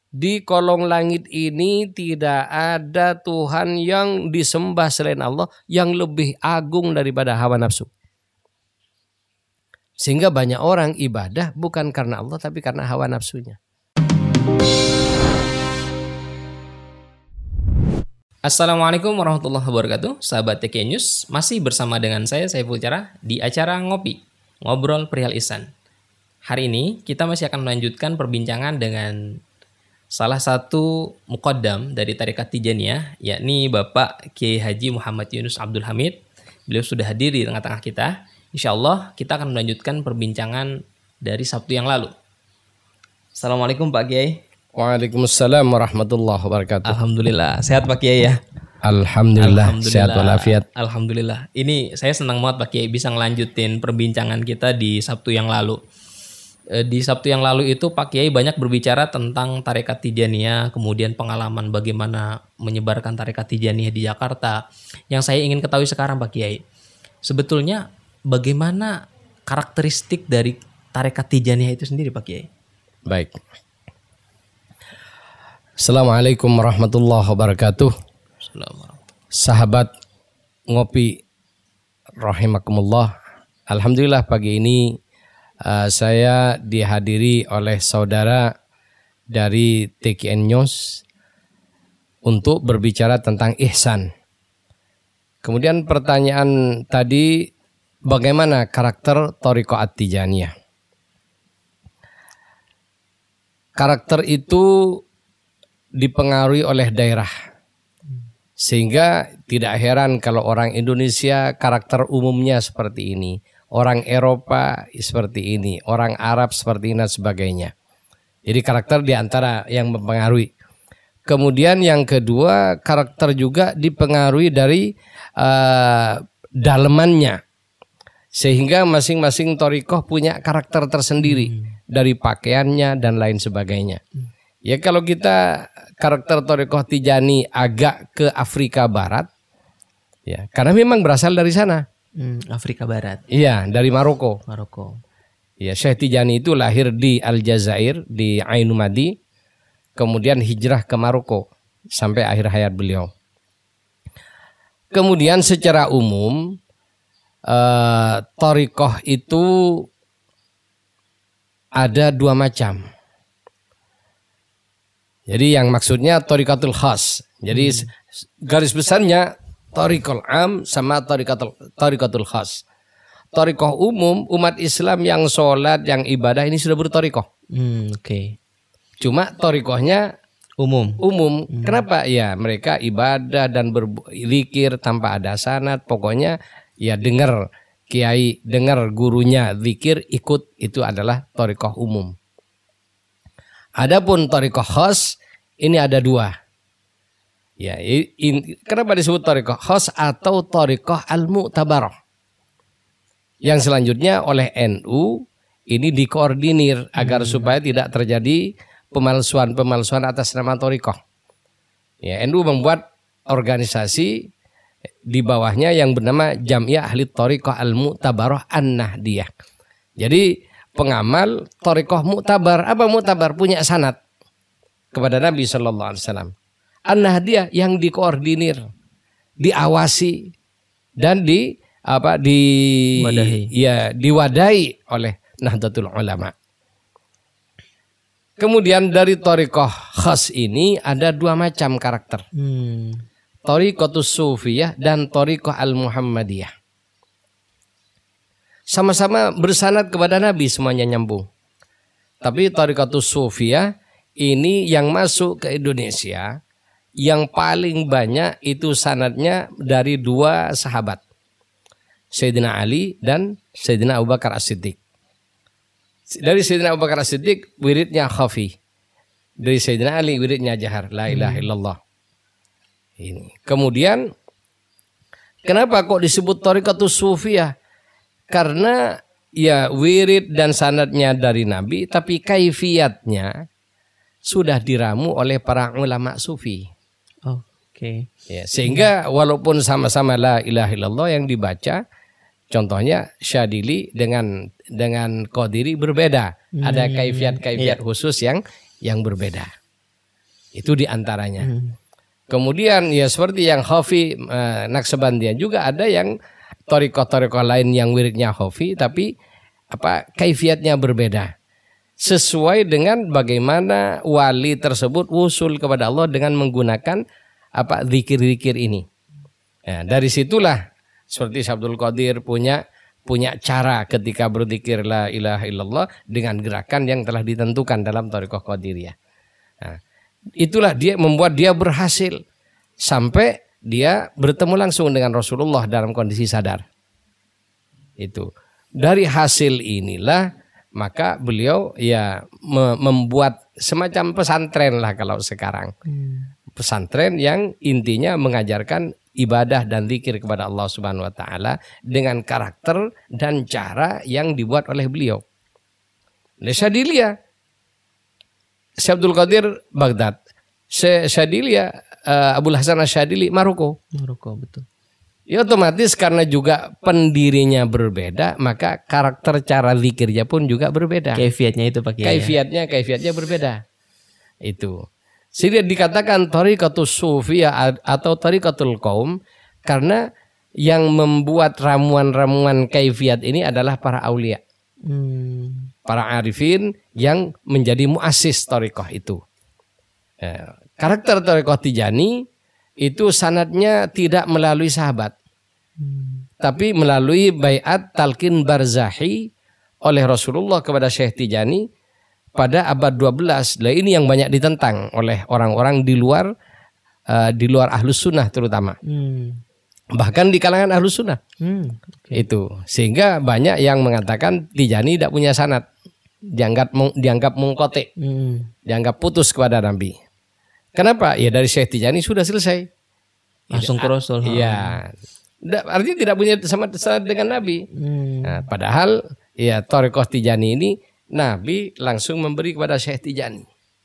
Di kolong langit ini tidak ada Tuhan yang disembah selain Allah yang lebih agung daripada hawa nafsu. Sehingga banyak orang ibadah bukan karena Allah tapi karena hawa nafsunya. Assalamualaikum warahmatullahi wabarakatuh. Sahabat TK News, masih bersama dengan saya Saiful Cara di acara Ngopi, Ngobrol Perihal Ihsan. Hari ini kita masih akan melanjutkan perbincangan dengan salah satu muqaddam dari Tarekat Tijaniyah, yakni Bapak Kiai Haji Muhammad Yunus Abdul Hamid. Beliau sudah hadir di tengah-tengah kita. Insyaallah kita akan melanjutkan perbincangan dari Sabtu yang lalu. Assalamualaikum Pak Kiai. Waalaikumsalam warahmatullahi wabarakatuh. Alhamdulillah, sehat Pak Kiai ya? Alhamdulillah, sehat walafiat. Alhamdulillah. Ini saya senang banget Pak Kiai bisa ngelanjutin perbincangan kita di Sabtu yang lalu. Di Sabtu yang lalu itu Pak Kiai banyak berbicara tentang Tarekat Tijaniyah, kemudian pengalaman bagaimana menyebarkan Tarekat Tijaniyah di Jakarta. Yang saya ingin ketahui sekarang Pak Kiai, sebetulnya bagaimana karakteristik dari Tarekat Tijaniyah itu sendiri Pak Kiai? Baik. Assalamualaikum warahmatullahi wabarakatuh. Sahabat Ngopi rahimakumullah. Alhamdulillah pagi ini saya dihadiri oleh saudara dari TKN News untuk berbicara tentang ihsan. Kemudian pertanyaan tadi, bagaimana karakter Thariqah At-Tijaniyah? Karakter itu dipengaruhi oleh daerah. Sehingga tidak heran kalau orang Indonesia karakter umumnya seperti ini. Orang Eropa seperti ini, orang Arab seperti ini dan sebagainya. Jadi karakter diantara yang mempengaruhi. Kemudian yang kedua, karakter juga dipengaruhi dari dalemannya. Sehingga masing-masing thariqah punya karakter tersendiri dari pakaiannya dan lain sebagainya. Ya kalau kita karakter thariqah Tijani agak ke Afrika Barat, ya karena memang berasal dari sana. Afrika Barat. Iya, dari Maroko. Ya, Syekh Tijani itu lahir di Aljazair, di Ainu Madi, kemudian hijrah ke Maroko sampai akhir hayat beliau. Kemudian secara umum thariqah itu ada dua macam. Jadi yang maksudnya thariqatul khas. Jadi garis besarnya thariqul am sama thariqatul khas. Thariqah umum, umat Islam yang sholat, yang ibadah ini sudah berthariqah. Oke. Cuma thariqahnya umum. Kenapa? Ya mereka ibadah dan berzikir tanpa ada sanad. Pokoknya ya dengar kiai, dengar gurunya zikir, ikut, itu adalah thariqah umum. Adapun thariqah khas ini ada dua. Ya, kenapa disebut thariqah khas atau thariqah al-mu'tabarah? Yang selanjutnya oleh NU ini dikoordinir agar supaya tidak terjadi pemalsuan atas nama thariqah. Ya, NU membuat organisasi di bawahnya yang bernama Jam'iyah Ahli Thariqah Al-Mu'tabarah An-Nahdiyah. Jadi pengamal thariqah mu'tabar. Apa mu'tabar? Punya sanad kepada Nabi sallallahu alaihi wasallam. An-Nahdiyah yang dikoordinir, diawasi dan diwadahi oleh Nahdlatul Ulama. Kemudian dari thariqah khas ini ada dua macam karakter. Thariqatus Sufiyah dan thariqah Al-Muhammadiyah. Sama-sama bersanad kepada Nabi, semuanya nyambung. Tapi thariqatus Sufiyah ini yang masuk ke Indonesia yang paling banyak itu sanadnya dari dua sahabat, Sayyidina Ali dan Sayyidina Abu Bakar As-Siddiq. Dari Sayyidina Abu Bakar As-Siddiq wiridnya khafi, dari Sayyidina Ali wiridnya jahar, la ilaha illallah. Ini. Kemudian kenapa kok disebut thariqatus Sufiyah? Karena ya wirid dan sanadnya dari Nabi, tapi kaifiyatnya sudah diramu oleh para ulama sufi. Oke. Ya, sehingga walaupun sama-sama la ilaha illallah yang dibaca, contohnya Syadili dengan Qadiri berbeda. Ada kaifiat khusus yang berbeda. Itu diantaranya. Kemudian ya seperti yang Khafi Naqsabandiyah juga ada yang thariqah lain yang wiridnya Khafi tapi kaifiatnya berbeda. Sesuai dengan bagaimana wali tersebut wusul kepada Allah dengan menggunakan zikir-zikir ini. Ya, dari situlah seperti Syekh Abdul Qadir punya cara ketika berzikir la ilaha illallah dengan gerakan yang telah ditentukan dalam thariqah Qadiriyah. Nah, itulah dia membuat dia berhasil sampai dia bertemu langsung dengan Rasulullah dalam kondisi sadar. Itu. Dari hasil inilah maka beliau ya membuat semacam pesantren lah kalau sekarang. Pesantren yang intinya mengajarkan ibadah dan zikir kepada Allah Subhanahu wa taala dengan karakter dan cara yang dibuat oleh beliau. Syadiliyah Syekh Abdul Qadir Baghdad, Syadiliyah Abul Hasan Asyadili Maroko, betul. Ya otomatis karena juga pendirinya berbeda, maka karakter cara zikirnya pun juga berbeda. Kaifiatnya itu Pak Kiai. Kaifiatnya berbeda. Itu. Sehingga dikatakan thariqatus sufiyah atau thariqatul qaum karena yang membuat ramuan-ramuan kaifiat ini adalah para aulia. Para arifin yang menjadi muassis thariqah itu. Karakter thariqah Tijani itu sanadnya tidak melalui sahabat. Tapi melalui baiat talqin barzahi oleh Rasulullah kepada Syekh Tijani pada abad 12. Nah, ini yang banyak ditentang oleh orang-orang di luar Ahlus Sunnah terutama. Bahkan di kalangan Ahlus Sunnah. Itu. Sehingga banyak yang mengatakan Tijani tidak punya sanad. Dianggap mungkote. Dianggap putus kepada Nabi. Kenapa? Ya dari Syekh Tijani sudah selesai. Langsung ke Rasul. Iya. Artinya tidak punya sama dengan Nabi. Nah, padahal ya thariqah Tijani ini Nabi langsung memberi kepada Syekh Tijani.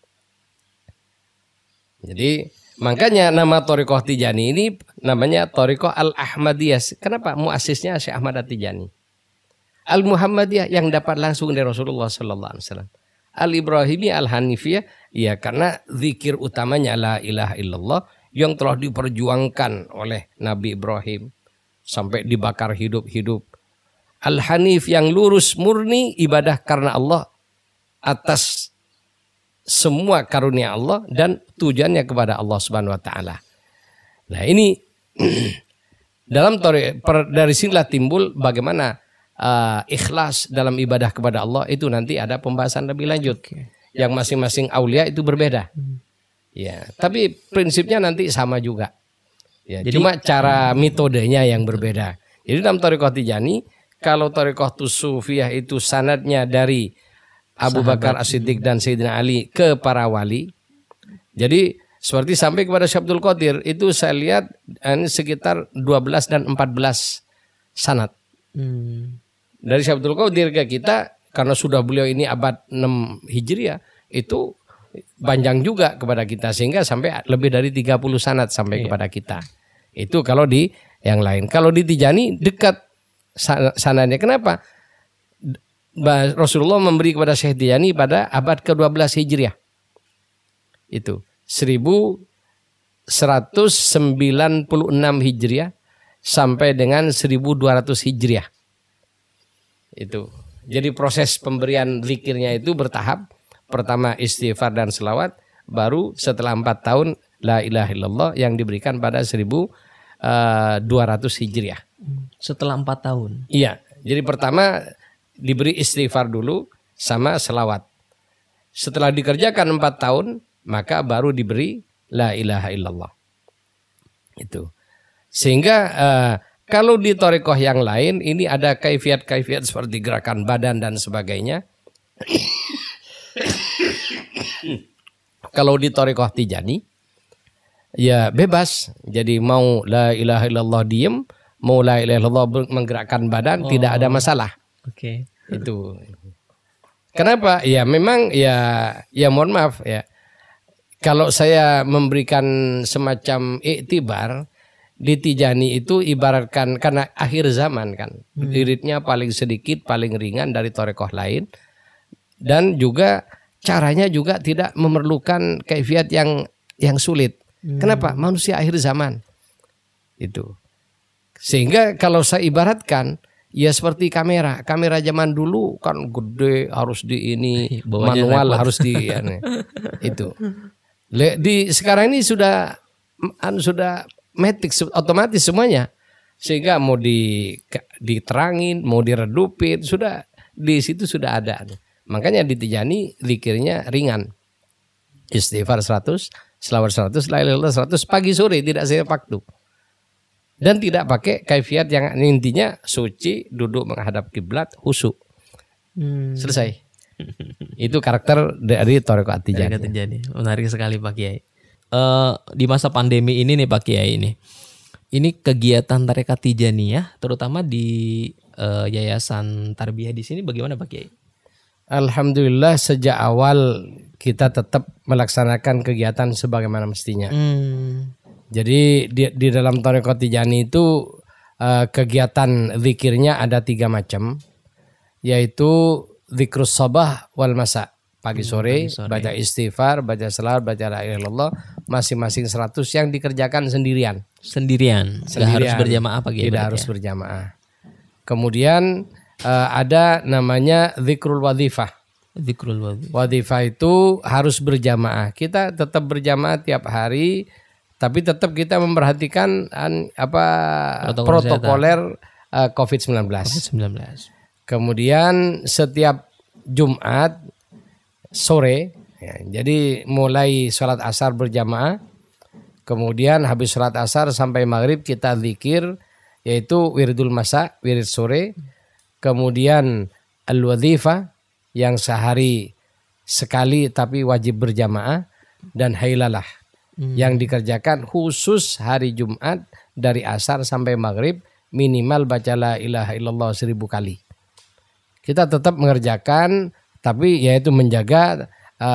Jadi makanya nama thariqah Tijani ini namanya thariqah Al-Ahmadiyah. Kenapa? Muassisnya Syekh Ahmad At-Tijani. Al-Muhammadiyah yang dapat langsung dari Rasulullah sallallahu alaihi wasallam. Al-Ibrahimiyah Al-Hanifiyah ya karena zikir utamanya la ilaha illallah yang telah diperjuangkan oleh Nabi Ibrahim sampai dibakar hidup-hidup. Al-Hanif yang lurus murni ibadah karena Allah atas semua karunia Allah dan tujuannya kepada Allah Subhanahu wa taala. Nah, ini dalam dari sinilah timbul bagaimana ikhlas dalam ibadah kepada Allah itu nanti ada pembahasan lebih lanjut. Yang masing-masing aulia itu berbeda. Ya, tapi prinsipnya nanti sama juga. Ya, jadi, cuma cara metodenya yang berbeda. Jadi dalam thariqah Tijani, kalau thariqah Sufiyah itu sanadnya dari Abu Bakar As-Siddiq dan Sayyidina Ali ke para wali. Jadi seperti sampai kepada Syekh Abdul Qadir itu saya lihat ini sekitar 12 dan 14 sanad. Dari Syekh Abdul Qadir ke kita karena sudah beliau ini abad 6 Hijriah itu panjang juga kepada kita sehingga sampai lebih dari 30 sanad sampai kepada kita. Itu kalau di yang lain. Kalau di Tijani dekat sanadnya. Kenapa? Rasulullah memberi kepada Syekh Tijani pada abad ke-12 Hijriah. Itu 1196 Hijriah sampai dengan 1200 Hijriah. Itu. Jadi proses pemberian zikirnya itu bertahap. Pertama istighfar dan selawat, baru setelah 4 tahun la ilaha illallah yang diberikan pada 1200 Hijriah. Setelah 4 tahun. Iya. Jadi pertama diberi istighfar dulu sama selawat. Setelah dikerjakan 4 tahun, maka baru diberi la ilaha illallah. Itu. Sehingga kalau di thariqah yang lain ini ada kaifiat-kaifiat seperti gerakan badan dan sebagainya. Kalau di thariqah Tijani ya bebas. Jadi mau la ilaha illallah diem, mau la ilaha illallah menggerakkan badan tidak ada masalah. Oke. Itu. Kenapa? Ya memang ya mohon maaf ya. Kalau saya memberikan semacam iktibar di Tijani itu ibaratkan karena akhir zaman kan. Wiridnya paling sedikit, paling ringan dari thariqah lain. Dan juga caranya juga tidak memerlukan kaifiat yang yang sulit. Kenapa? Manusia akhir zaman. Itu. Sehingga kalau saya ibaratkan ya seperti kamera zaman dulu kan gede, harus di ini manual, harus di itu. Di sekarang ini sudah matic, otomatis semuanya. Sehingga mau diterangin, mau diredupin, sudah di situ sudah ada. Makanya di Tijani zikirnya ringan. Istighfar 100, selawat 100, la ilaha illallah 100 pagi sore, tidak saya waktu. Dan tidak pakai kaifiat yang intinya suci, duduk menghadap kiblat, khusyuk. Selesai. Itu karakter dari Thariqah At-Tijaniyah. Menarik sekali Pak Kiai. Di masa pandemi ini nih Pak Kiai ini kegiatan Thariqah Tijaniyah terutama di Yayasan Tarbiyah di sini bagaimana Pak Kiai? Alhamdulillah sejak awal kita tetap melaksanakan kegiatan sebagaimana mestinya. Jadi di dalam Thariqah Tijaniyah itu kegiatan zikirnya ada 3 macam, yaitu zikrus sabah wal masa, pagi sore, baca istighfar, baca selawat, baca la ilaha illallah, masing-masing 100 yang dikerjakan sendirian. Nggak harus berjamaah Pak Kiai. Tidak harus berjamaah. Kemudian ada namanya zikrul wadhifah. Wadhifah itu harus berjamaah. Kita tetap berjamaah tiap hari, tapi tetap kita memperhatikan protokoler COVID-19. Kemudian setiap Jumat sore, ya, jadi mulai sholat asar berjamaah, kemudian habis sholat asar sampai maghrib kita zikir, yaitu wiridul masa, wirid sore, kemudian al-wadhifah yang sehari sekali tapi wajib berjamaah, dan hailalah yang dikerjakan khusus hari Jumat dari asar sampai maghrib, minimal baca la ilaha illallah 1000 kali. Kita tetap mengerjakan, tapi yaitu menjaga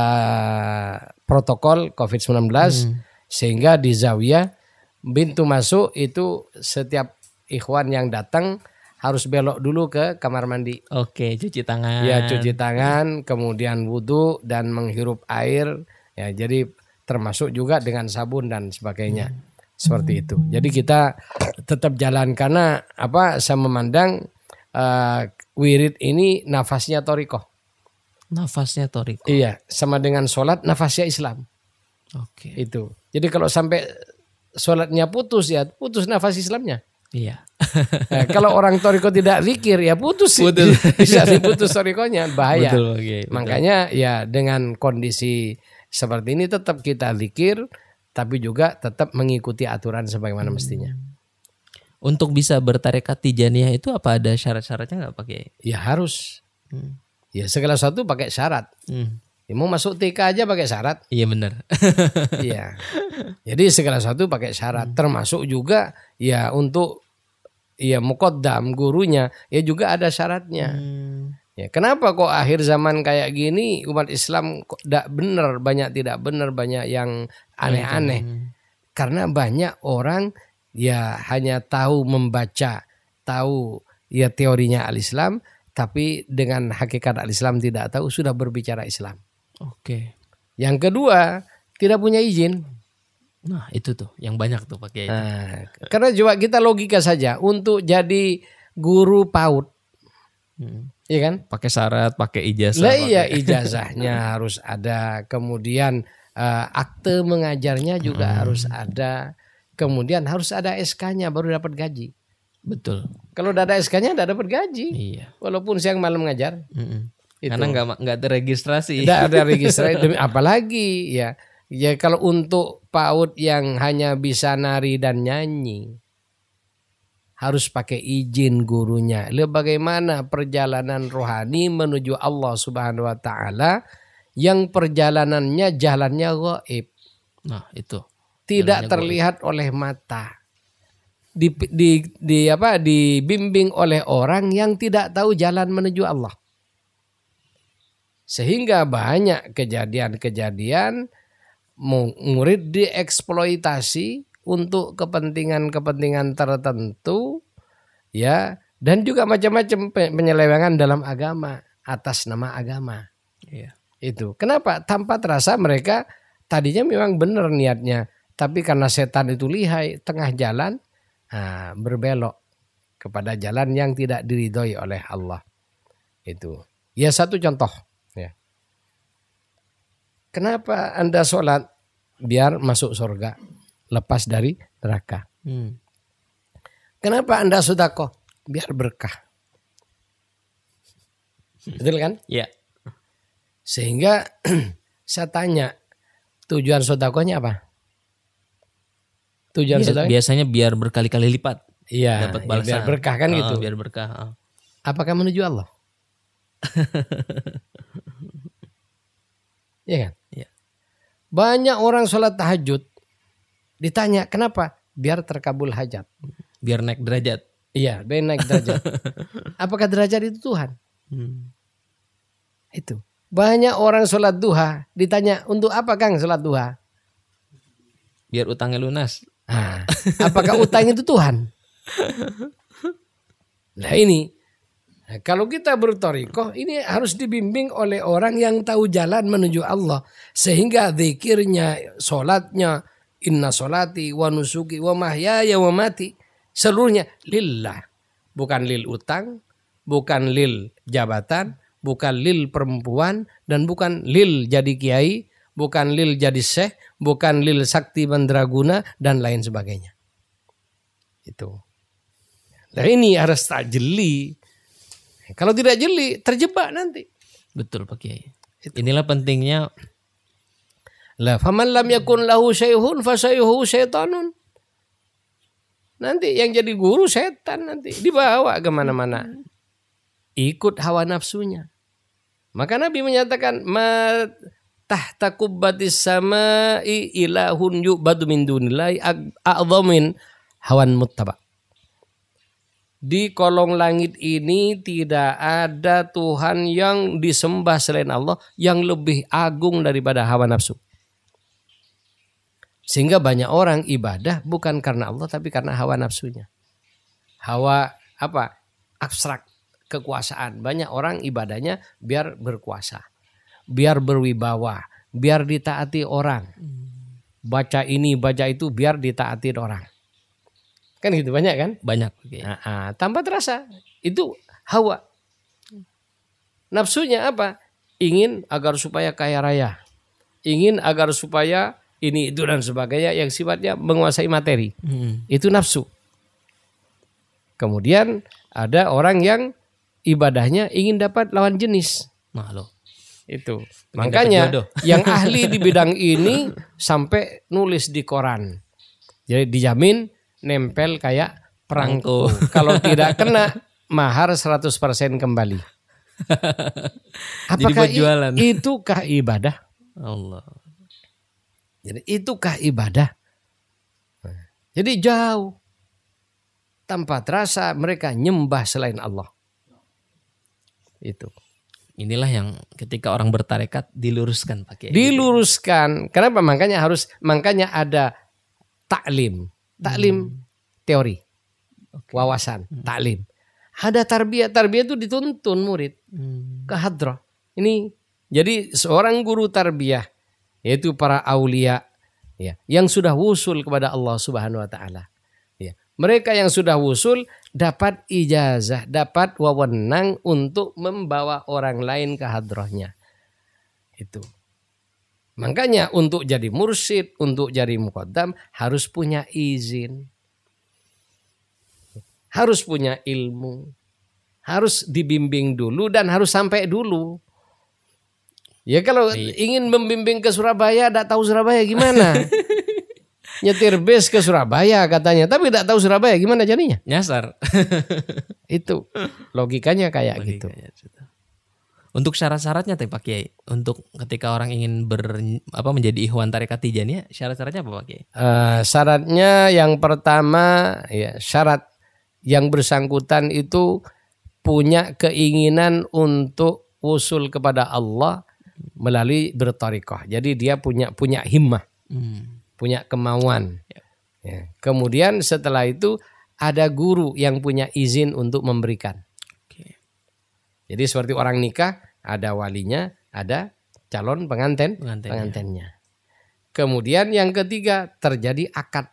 protokol COVID-19 sehingga di Zawiyah pintu masuk itu setiap ikhwan yang datang harus belok dulu ke kamar mandi. Oke, cuci tangan. Ya, cuci tangan, kemudian wudhu dan menghirup air. Ya, jadi termasuk juga dengan sabun dan sebagainya. Seperti itu. Jadi kita tetap jalan karena saya memandang wirid ini nafasnya thariqah. Nafasnya thariqah. Iya, sama dengan sholat nafasnya Islam. Oke. Itu. Jadi kalau sampai sholatnya putus ya putus nafas Islamnya. Iya. Nah, kalau orang thariqah tidak zikir ya putus. Bisa diputus thariqahnya, bahaya. Betul, okay, betul. Makanya ya dengan kondisi seperti ini tetap kita zikir, tapi juga tetap mengikuti aturan sebagaimana mestinya. Untuk bisa bertarekat Tijaniyah itu apa ada syarat-syaratnya nggak pakai? Ya harus. Ya segala sesuatu pakai syarat. Ya, mau masuk TK aja pakai syarat. Iya benar. Iya. Jadi segala sesuatu pakai syarat. Termasuk juga ya untuk ya muqaddam gurunya ya juga ada syaratnya. Ya, kenapa kok akhir zaman kayak gini umat Islam kok tidak benar, banyak yang aneh-aneh. Karena banyak orang ya hanya tahu membaca, tahu ya teorinya al-Islam, tapi dengan hakikat al-Islam tidak tahu, sudah berbicara Islam. Oke. Yang kedua, tidak punya izin. Nah, itu tuh yang banyak tuh pakai. Karena coba kita logika saja untuk jadi guru PAUD. Iya kan? Pakai syarat, pakai ijazah. Lah iya, ijazahnya harus ada, kemudian akte mengajarnya juga harus ada, kemudian harus ada SK-nya baru dapat gaji. Betul. Kalau udah ada SK-nya udah dapat gaji. Iya. Walaupun siang malam ngajar. Itu. Karena nggak terregistrasi. Tidak ada registrasi. Apalagi ya kalau untuk PAUD yang hanya bisa nari dan nyanyi harus pakai izin gurunya. Lalu bagaimana perjalanan rohani menuju Allah Subhanahu wa taala yang perjalanannya jalannya gaib. Nah, itu. Tidak terlihat oleh mata. Dibimbing oleh orang yang tidak tahu jalan menuju Allah. Sehingga banyak kejadian-kejadian murid dieksploitasi untuk kepentingan-kepentingan tertentu, ya, dan juga macam-macam penyelewengan dalam agama atas nama agama. Iya. Itu. Kenapa? Tanpa terasa mereka tadinya memang benar niatnya, tapi karena setan itu lihai, tengah jalan berbelok kepada jalan yang tidak diridhoi oleh Allah. Itu. Ya satu contoh. Ya. Kenapa Anda sholat? Biar masuk surga, lepas dari neraka. Kenapa Anda sedekah? Biar berkah. Betul kan? Ya. Sehingga saya tanya, tujuan sedekahnya apa? Tujuan sedekah? Biasanya biar berkali-kali lipat. Iya, Dapat ya balasan. biar berkah kan gitu. Biar berkah. Apakah menuju Allah? Iya kan? Iya. Banyak orang sholat tahajud ditanya kenapa? Biar terkabul hajat. Biar naik derajat. Iya, biar naik derajat. Apakah derajat itu Tuhan? Itu. Banyak orang sholat duha ditanya untuk apa Kang sholat duha? Biar utangnya lunas. Apakah utang itu Tuhan? Nah ini. Nah, kalau kita berthariqah ini harus dibimbing oleh orang yang tahu jalan menuju Allah. Sehingga zikirnya, sholatnya, inna sholati wa nusuki wa mahyaya wa mati. Seluruhnya lillah. Bukan lil utang, bukan lil jabatan, bukan lil perempuan, dan bukan lil jadi kiai, bukan lil jadi syekh, bukan lil sakti mandraguna, dan lain sebagainya. Itu. Nah ini harus tak jeli. Kalau tidak jeli, terjebak nanti. Betul Pak Kiai. Inilah pentingnya. La faman lam yakun lahu syaikhun fasayuhu syaitanun. Nanti yang jadi guru setan nanti dibawa kemana-mana. Ikut hawa nafsunya. Maka Nabi menyatakan ma tahta kubbatis samai ilahun yu'badu min dunillahi a'dhamin hawan muttaba. Di kolong langit ini tidak ada Tuhan yang disembah selain Allah yang lebih agung daripada hawa nafsu. Sehingga banyak orang ibadah bukan karena Allah tapi karena hawa nafsunya. Hawa apa? Abstrak, kekuasaan. Banyak orang ibadahnya biar berkuasa, biar berwibawa, biar ditaati orang. Baca ini, baca itu biar ditaati orang. Kan gitu banyak kan? Banyak. Okay. Tanpa terasa itu hawa. Nafsunya apa? Ingin agar supaya kaya raya. Ingin agar supaya ini itu dan sebagainya yang sifatnya menguasai materi. Itu nafsu. Kemudian ada orang yang ibadahnya ingin dapat lawan jenis. Nah, loh. Itu. Makanya yang ahli di bidang ini sampai nulis di koran. Jadi dijamin nempel kayak perangko. Kalau tidak kena mahar 100% kembali. Apakah itukah ibadah? Allah. Jadi itukah ibadah? Jadi jauh. Tanpa terasa mereka nyembah selain Allah. Itu. Inilah yang ketika orang bertarekat diluruskan pakai. Diluruskan. Kenapa? Makanya ada taklim. Taklim teori, wawasan, taklim. Ada tarbiyah. Tarbiyah itu dituntun murid ke hadrah. Ini jadi seorang guru tarbiyah yaitu para aulia ya, yang sudah wusul kepada Allah Subhanahu wa taala. Ya. Mereka yang sudah wusul dapat ijazah, dapat wewenang untuk membawa orang lain ke hadrahnya. Itu. Makanya untuk jadi mursyid, untuk jadi muqaddam harus punya izin. Harus punya ilmu. Harus dibimbing dulu dan harus sampai dulu. Ya kalau ingin membimbing ke Surabaya, tidak tahu Surabaya gimana? Nyetir bus ke Surabaya katanya, tapi tidak tahu Surabaya gimana jadinya? Nyasar. Itu logikanya kayak gitu. Untuk syarat-syaratnya Pak Kiai, untuk ketika orang ingin menjadi ikhwan tarekat Tijaniyah, syarat-syaratnya apa Pak Kiai? Syaratnya yang pertama ya, syarat yang bersangkutan itu punya keinginan untuk usul kepada Allah melalui berthariqah. Jadi dia punya himmah, punya kemauan. Ya. Kemudian setelah itu ada guru yang punya izin untuk memberikan. Jadi seperti orang nikah, ada walinya, ada calon pengantennya. Kemudian yang ketiga terjadi akad.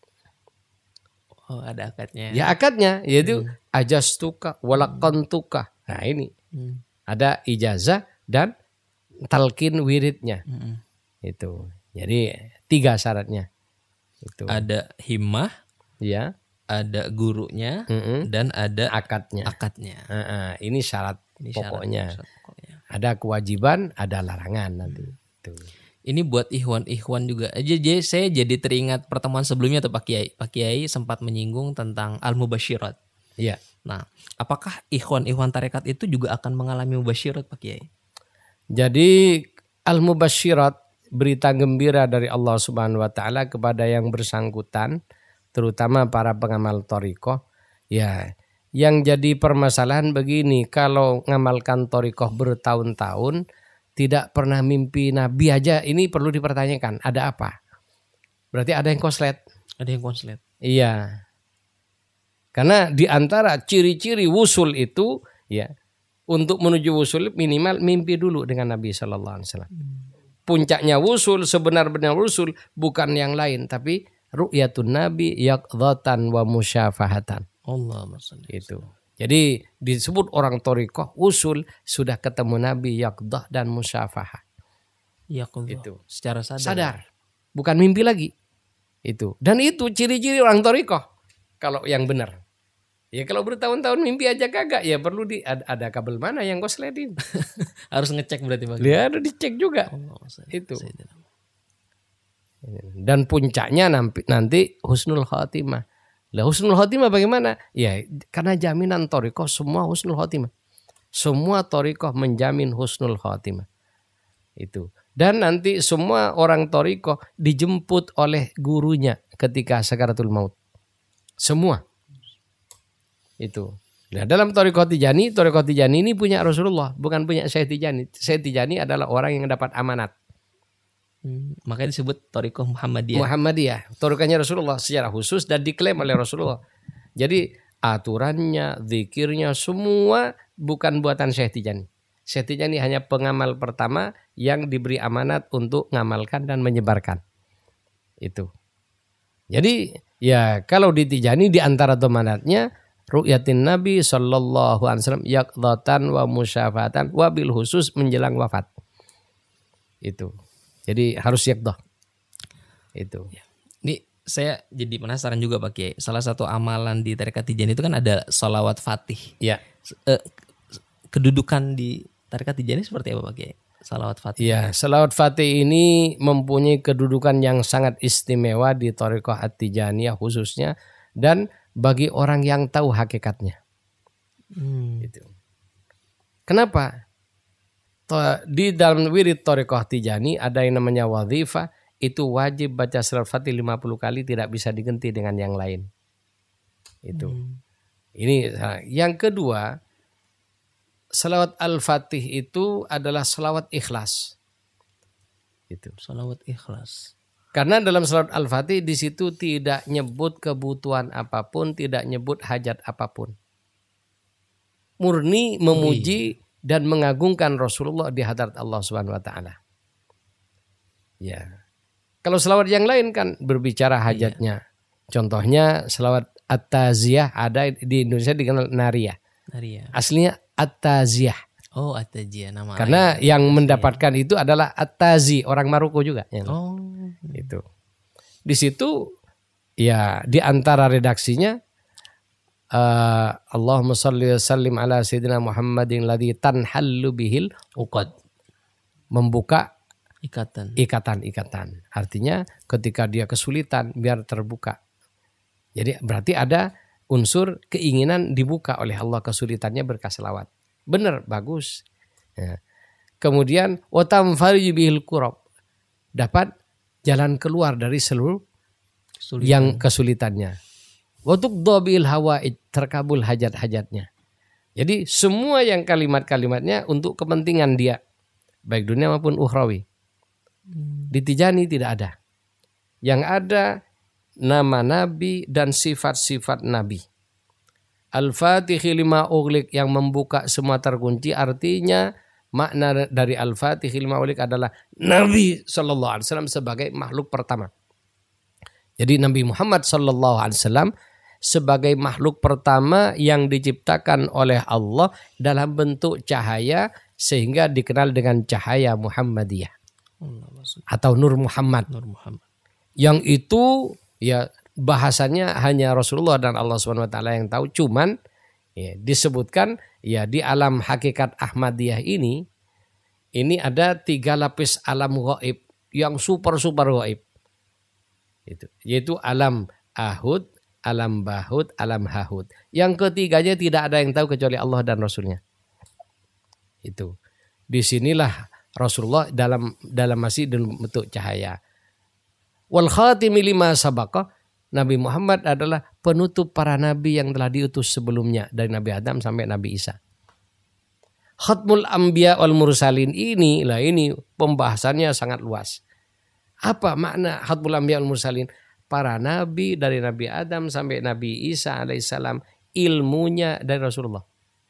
Oh, ada akadnya. Ya akadnya yaitu ajastuka walakantuka. Nah ini ada ijazah dan talqin wiridnya. Itu. Jadi 3 syaratnya. Itu. Ada himmah, Ya. ada gurunya, dan ada Akadnya. Ini syarat Ini pokoknya. syarat pokoknya. Ada kewajiban, ada larangan nanti. Itu. Ini buat ikhwan-ikhwan juga. Jadi saya jadi teringat pertemuan sebelumnya tuh Pak Kiai. Pak Kiai sempat menyinggung tentang al-mubasyirat. Iya. Nah, apakah ikhwan-ikhwan tarekat itu juga akan mengalami mubasyirat Pak Kiai? Jadi al-mubasyirat, berita gembira dari Allah Subhanahu wa taala kepada yang bersangkutan, terutama para pengamal thariqah. Ya, yang jadi permasalahan begini, kalau ngamalkan thariqah bertahun-tahun tidak pernah mimpi Nabi aja, ini perlu dipertanyakan, ada apa? Berarti ada yang konslet. Ada yang konslet. Iya. Karena di antara ciri-ciri wusul itu, ya, untuk menuju wusul minimal mimpi dulu dengan Nabi sallallahu alaihi wasallam. Puncaknya wusul, sebenar-benar wusul bukan yang lain, tapi ru'yatun nabi yaqdhatan wa musyafahatan. Allah Itu. Jadi disebut orang thariqah wusul sudah ketemu Nabi yaqdhah dan musyafahah. Itu secara sadar. Sadar. Bukan mimpi lagi. Itu. Dan itu ciri-ciri orang thariqah kalau yang benar. Ya kalau bertahun-tahun mimpi aja kagak, ya perlu ada kabel mana yang kosletin. Harus ngecek berarti Pak. Ya harus dicek juga. Itu. Dan puncaknya nanti husnul khatimah. Lah husnul khotimah bagaimana? Ya karena jaminan thariqah semua husnul khotimah. Semua thariqah menjamin husnul khotimah. Itu. Dan nanti semua orang thariqah dijemput oleh gurunya ketika sakaratul maut. Semua. Itu. Nah dalam thariqah Tijani ini punya Rasulullah, bukan punya Syekh Tijani. Syekh Tijani adalah orang yang dapat amanat. Makanya disebut thariqah Muhammadiyah. Muhammadiyah, thariqahnya Rasulullah secara khusus dan diklaim oleh Rasulullah. Jadi aturannya, zikirnya semua bukan buatan Syekh Tijani. Syekh Tijani hanya pengamal pertama yang diberi amanat untuk ngamalkan dan menyebarkan. Itu. Jadi ya kalau di Tijani di antara domanatnya ru'yatin Nabi sallallahu alaihi wasallam yaqdhatan wa musyafatan wa bil khusus menjelang wafat. Itu. Jadi harus yaqdhah. Itu. Ini saya jadi penasaran juga Pak Kiai. Salah satu amalan di tarekat Tijani itu kan ada sholawat fatih. Ya. Kedudukan di tarekat Tijani seperti apa Pak Kiai? Sholawat fatih. Ya, sholawat fatih ini mempunyai kedudukan yang sangat istimewa di tarekat At-Tijaniyah khususnya dan bagi orang yang tahu hakikatnya. Gitu. Kenapa? Di dalam wirid thariqah Tijani ada yang namanya wadhifah, itu wajib baca sholawat fatih 50 kali, tidak bisa diganti dengan yang lain. Itu. Ini yang kedua, sholawat al-fatih itu adalah sholawat ikhlas. Itu. Sholawat ikhlas. Karena dalam sholawat al-fatih di situ tidak nyebut kebutuhan apapun, tidak nyebut hajat apapun. Murni memuji dan mengagungkan Rasulullah di hadirat Allah Subhanahu wa taala. Ya. Kalau selawat yang lain kan berbicara hajatnya. Contohnya selawat At-Taziyah ada di Indonesia dikenal Nariyah. Aslinya At-Taziyah. Oh, At-Taziyah nama. Karena yang mendapatkan itu adalah At-Tazi, orang Maroko juga. Oh, itu. Di situ ya di antara redaksinya Allahumma shalli wa sallim ala sayyidina Muhammadin ladzi tanhallu bihil uqad. Membuka ikatan. Artinya ketika dia kesulitan biar terbuka. Jadi berarti ada unsur keinginan dibuka oleh Allah kesulitannya berkah selawat. Benar, bagus. Ya. Kemudian wa tamfarij bihil kurab. Dapat jalan keluar dari seluruh yang kesulitannya. Untuk dobil hawaid, terkabul hajat-hajatnya. Jadi semua yang kalimat-kalimatnya untuk kepentingan dia, baik dunia maupun ukhrawi. Di Tijani tidak ada. Yang ada nama Nabi dan sifat-sifat Nabi. Al-Fatihhi lima ughliq, yang membuka semua terkunci, artinya makna dari Al-Fatihil Maulik adalah Nabi sallallahu alaihi wasallam sebagai makhluk pertama. Jadi Nabi Muhammad sallallahu alaihi wasallam sebagai makhluk pertama yang diciptakan oleh Allah dalam bentuk cahaya sehingga dikenal dengan cahaya Muhammadiyah atau Nur Muhammad. Yang itu ya bahasanya hanya Rasulullah dan Allah SWT yang tahu. Cuman ya, disebutkan ya di alam hakikat Ahmadiyah ini ada 3 lapis alam gaib yang super gaib. Yaitu alam ahud, alam bahud, alam hahud. Yang ketiganya tidak ada yang tahu kecuali Allah dan Rasulnya. Itu. Disinilah Rasulullah dalam masih dalam bentuk cahaya. Wal khatimi lima sabaqa, Nabi Muhammad adalah penutup para nabi yang telah diutus sebelumnya dari Nabi Adam sampai Nabi Isa. Khatmul anbiya wal mursalin ini pembahasannya sangat luas. Apa makna khatmul anbiya wal mursalin? Para nabi dari Nabi Adam sampai Nabi Isa alaihissalam ilmunya dari Rasulullah.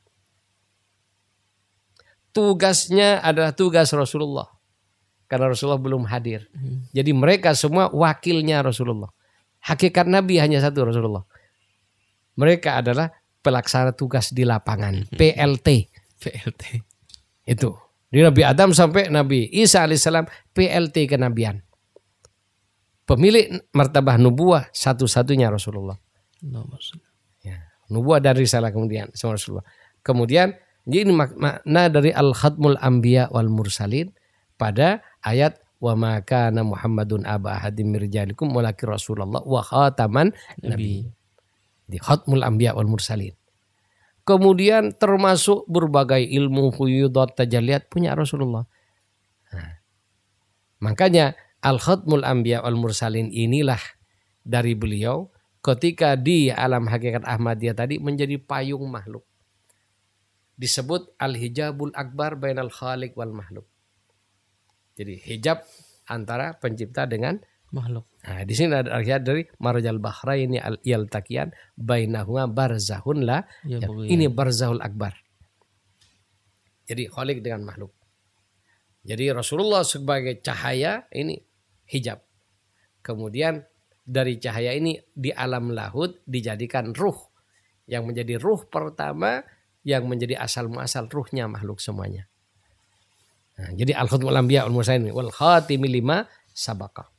Tugasnya adalah tugas Rasulullah. Karena Rasulullah belum hadir. Jadi mereka semua wakilnya Rasulullah. Hakikat Nabi hanya satu, Rasulullah. Mereka adalah pelaksana tugas di lapangan. PLT. Itu. Dari Nabi Adam sampai Nabi Isa alaihissalam PLT kenabian. Pemilik martabah nubuah satu-satunya Rasulullah. Ya, nubuah dan risalah kemudian sama Rasulullah. Kemudian ini makna dari al-khatmul anbiya wal mursalin pada ayat wa ma kana Muhammadun aba ahadim min rijalikum walakin Rasulullah wa khataman nabi. Di khatmul anbiya wal mursalin. Kemudian termasuk berbagai ilmu huyudat tajalliyat punya Rasulullah. Nah, makanya Al-Khatmul Anbiya wal Mursalin inilah dari beliau ketika di alam hakikat Ahmadiyah tadi menjadi payung makhluk. Disebut Al-Hijabul Akbar bainal Khaliq wal Makhluk. Jadi hijab antara pencipta dengan makhluk. Nah, di sini ada ayat dari Marjal Bahraini yaltaqiyan bainahuma barzahun la. Ini barzahul akbar. Jadi Khaliq dengan makhluk. Jadi Rasulullah sebagai cahaya ini hijab. Kemudian dari cahaya ini di alam lahud dijadikan ruh. Yang menjadi ruh pertama yang menjadi asal muasal ruhnya makhluk semuanya. Nah, jadi al-khatmul anbiya wal mursalin wal khatimi lima sabaqa.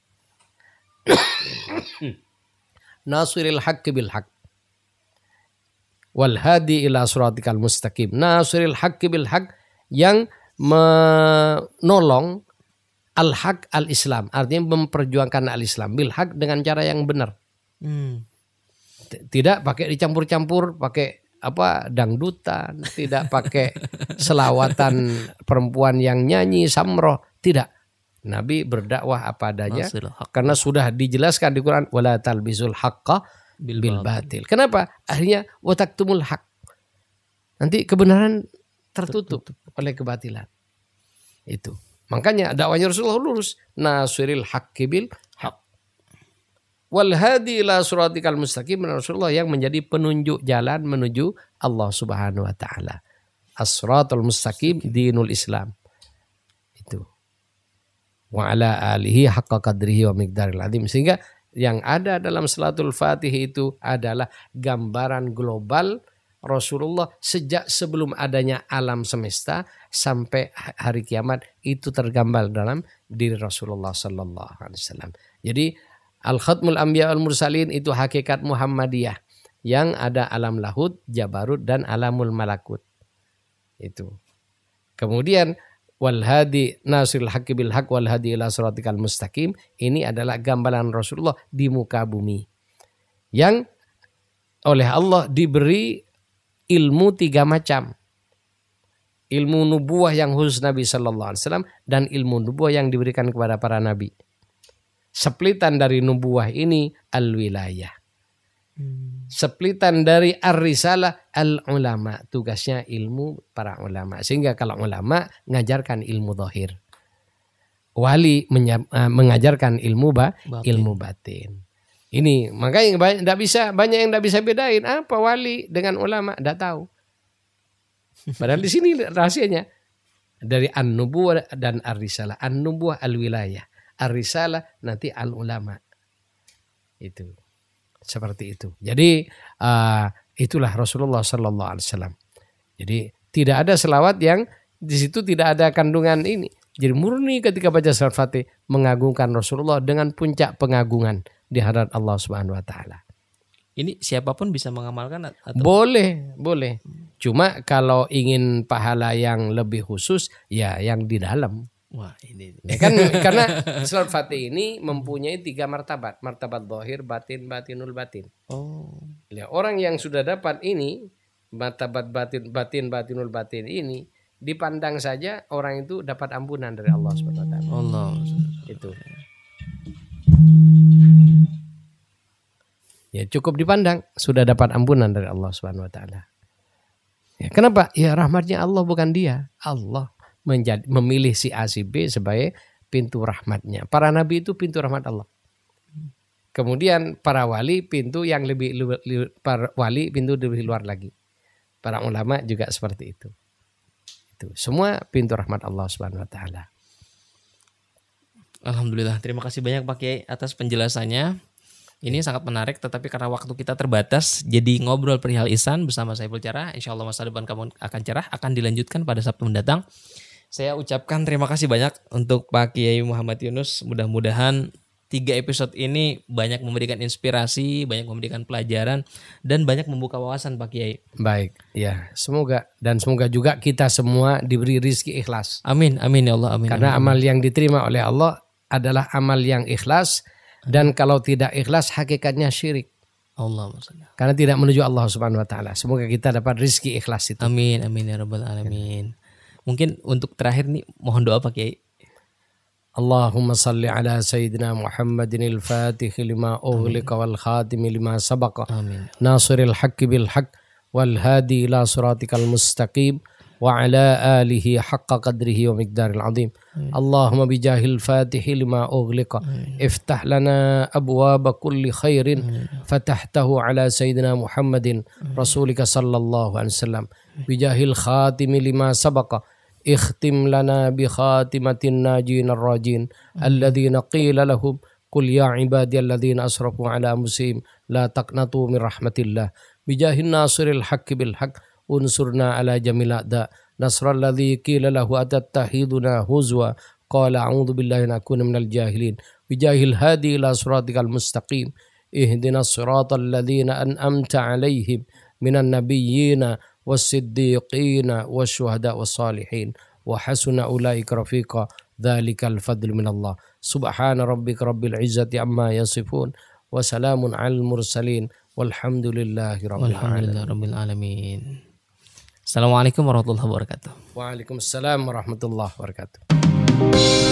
Nasiril haqqi bil haqq wal hadi ila siratikal mustaqim. Nasiril haqqi bil haqq yang menolong al-haq al-islam, artinya memperjuangkan al-islam bil haq dengan cara yang benar. Tidak pakai dicampur-campur, pakai dangdutan, tidak pakai selawatan perempuan yang nyanyi samroh, tidak. Nabi berdakwah apa adanya karena sudah dijelaskan di Quran wala talbisul haqqa bil batil. Kenapa? Akhirnya wa taktumul haq. Nanti kebenaran tertutup oleh kebatilan. Itu. Makanya dakwahnya Rasulullah lurus. Nasiril haqqi bil haqq. Wal hadi ila siratikal mustaqim. Rasulullah yang menjadi penunjuk jalan menuju Allah Subhanahu wa taala. As-siratal mustaqim dinul Islam. Itu. Wa ala alihi haqqa qadrihi wa miqdaril azim. Sehingga yang ada dalam Salatul Fatih itu adalah gambaran global Rasulullah sejak sebelum adanya alam semesta sampai hari kiamat itu tergambar dalam diri Rasulullah sallallahu alaihi wasallam. Jadi Al-Khatmul Anbiya wal Mursalin itu hakikat Muhammadiyah yang ada alam lahud, jabarut dan alamul malakut. Itu. Kemudian wal hadi nasirul haqqi bil haqq wal hadi ila siratikal mustaqim, ini adalah gambaran Rasulullah di muka bumi yang oleh Allah diberi ilmu 3 macam. Ilmu nubuah yang khusus Nabi sallallahu alaihi wasallam dan ilmu nubuah yang diberikan kepada para nabi. Seplitan dari nubuah ini al-wilayah. Seplitan dari ar-risalah al-ulama, tugasnya ilmu para ulama. Sehingga kalau ulama mengajarkan ilmu zahir. Wali mengajarkan ilmu batin. Ini makanya banyak yang tidak bisa bedain apa wali dengan ulama, tidak tahu. Padahal di sini rahasianya. Dari an-nubuwah dan ar-risalah. An-nubuwah al-wilayah, ar-risalah nanti al-ulama. Itu seperti itu. Jadi itulah Rasulullah sallallahu alaihi wasallam. Jadi tidak ada selawat yang di situ tidak ada kandungan ini. Jadi murni ketika baca salat Fatih mengagungkan Rasulullah dengan puncak pengagungan di hadapan Allah Subhanahu wa taala. Ini siapapun bisa mengamalkan atau? Boleh. Cuma kalau ingin pahala yang lebih khusus ya yang di dalam. Wah, ini. Ya kan karena salat Fatih ini mempunyai 3 martabat. Martabat zahir, batin, batinul batin. Oh. Ya, orang yang sudah dapat ini martabat batin, batinul batin ini dipandang saja orang itu dapat ampunan dari Allah Subhanahu wa taala. Allah. Itu. Ya cukup dipandang sudah dapat ampunan dari Allah Subhanahu wa taala. Ya, kenapa? Ya rahmatnya Allah bukan dia. Allah memilih si A si B sebagai pintu rahmatnya. Para nabi itu pintu rahmat Allah. Kemudian para wali pintu yang para wali pintu lebih luar lagi. Para ulama juga seperti itu. Itu semua pintu rahmat Allah Subhanahu wa taala. Alhamdulillah, terima kasih banyak Pak Kiai atas penjelasannya. Ini sangat menarik, tetapi karena waktu kita terbatas, jadi ngobrol perihal ihsan bersama Saiful Cerah. Insya Allah masa depan kamu akan cerah, akan dilanjutkan pada Sabtu mendatang. Saya ucapkan terima kasih banyak untuk Pak Kiai Muhammad Yunus. Mudah-mudahan 3 episode ini banyak memberikan inspirasi, banyak memberikan pelajaran, dan banyak membuka wawasan Pak Kiai. Baik, ya semoga. Dan semoga juga kita semua diberi rizki ikhlas. Amin, amin ya Allah, amin. Karena amin. amal yang diterima oleh Allah adalah amal yang ikhlas. Dan kalau tidak ikhlas hakikatnya syirik. Allah. Karena tidak menuju Allah Subhanahu wa taala. Semoga kita dapat rizki ikhlas itu. Amin, amin ya rabbal alamin. Mungkin untuk terakhir nih mohon doa Pak Kiai. Allahumma salli ala sayyidina Muhammadin al-fatih lima ughliqa wal khatim lima sabaqa. Amin. Nasiril haqqi bil haqq wal hadi ila siratikal mustaqim. وعلى آله حق قدره ومقدار العظيم اللهم بجاه الفاتح لما أغلق افتح لنا أبواب كل خير فتحته على سيدنا محمد رسولك صلى الله عليه وسلم بجاه الخاتم لما سبق اختم لنا بخاتمة الناجين الراجين الذين قيل لهم قل يا عبادي الذين أسرفوا على أنفسهم لا تقنطوا من رحمة الله بجاه الناصر الحق بالحق unsurna ala jamil a'da nasral ladzi qila lahu atattahiduna huzwa qala a'udzu billahi an akuna minal jahilin bijahil hadi ila siratikal mustaqim ihdinas siratal ladzina an'amta 'alaihim minan nabiyyina was-siddiqina wasyuhada was-salihin wa hasuna ulaika rafiqa dzalikal fadlu minallah subhana rabbika rabbil izzati amma yasifun wa salamun 'alal mursalin walhamdulillahi rabbil alamin. Assalamualaikum warahmatullahi wabarakatuh. Waalaikumsalam warahmatullahi wabarakatuh.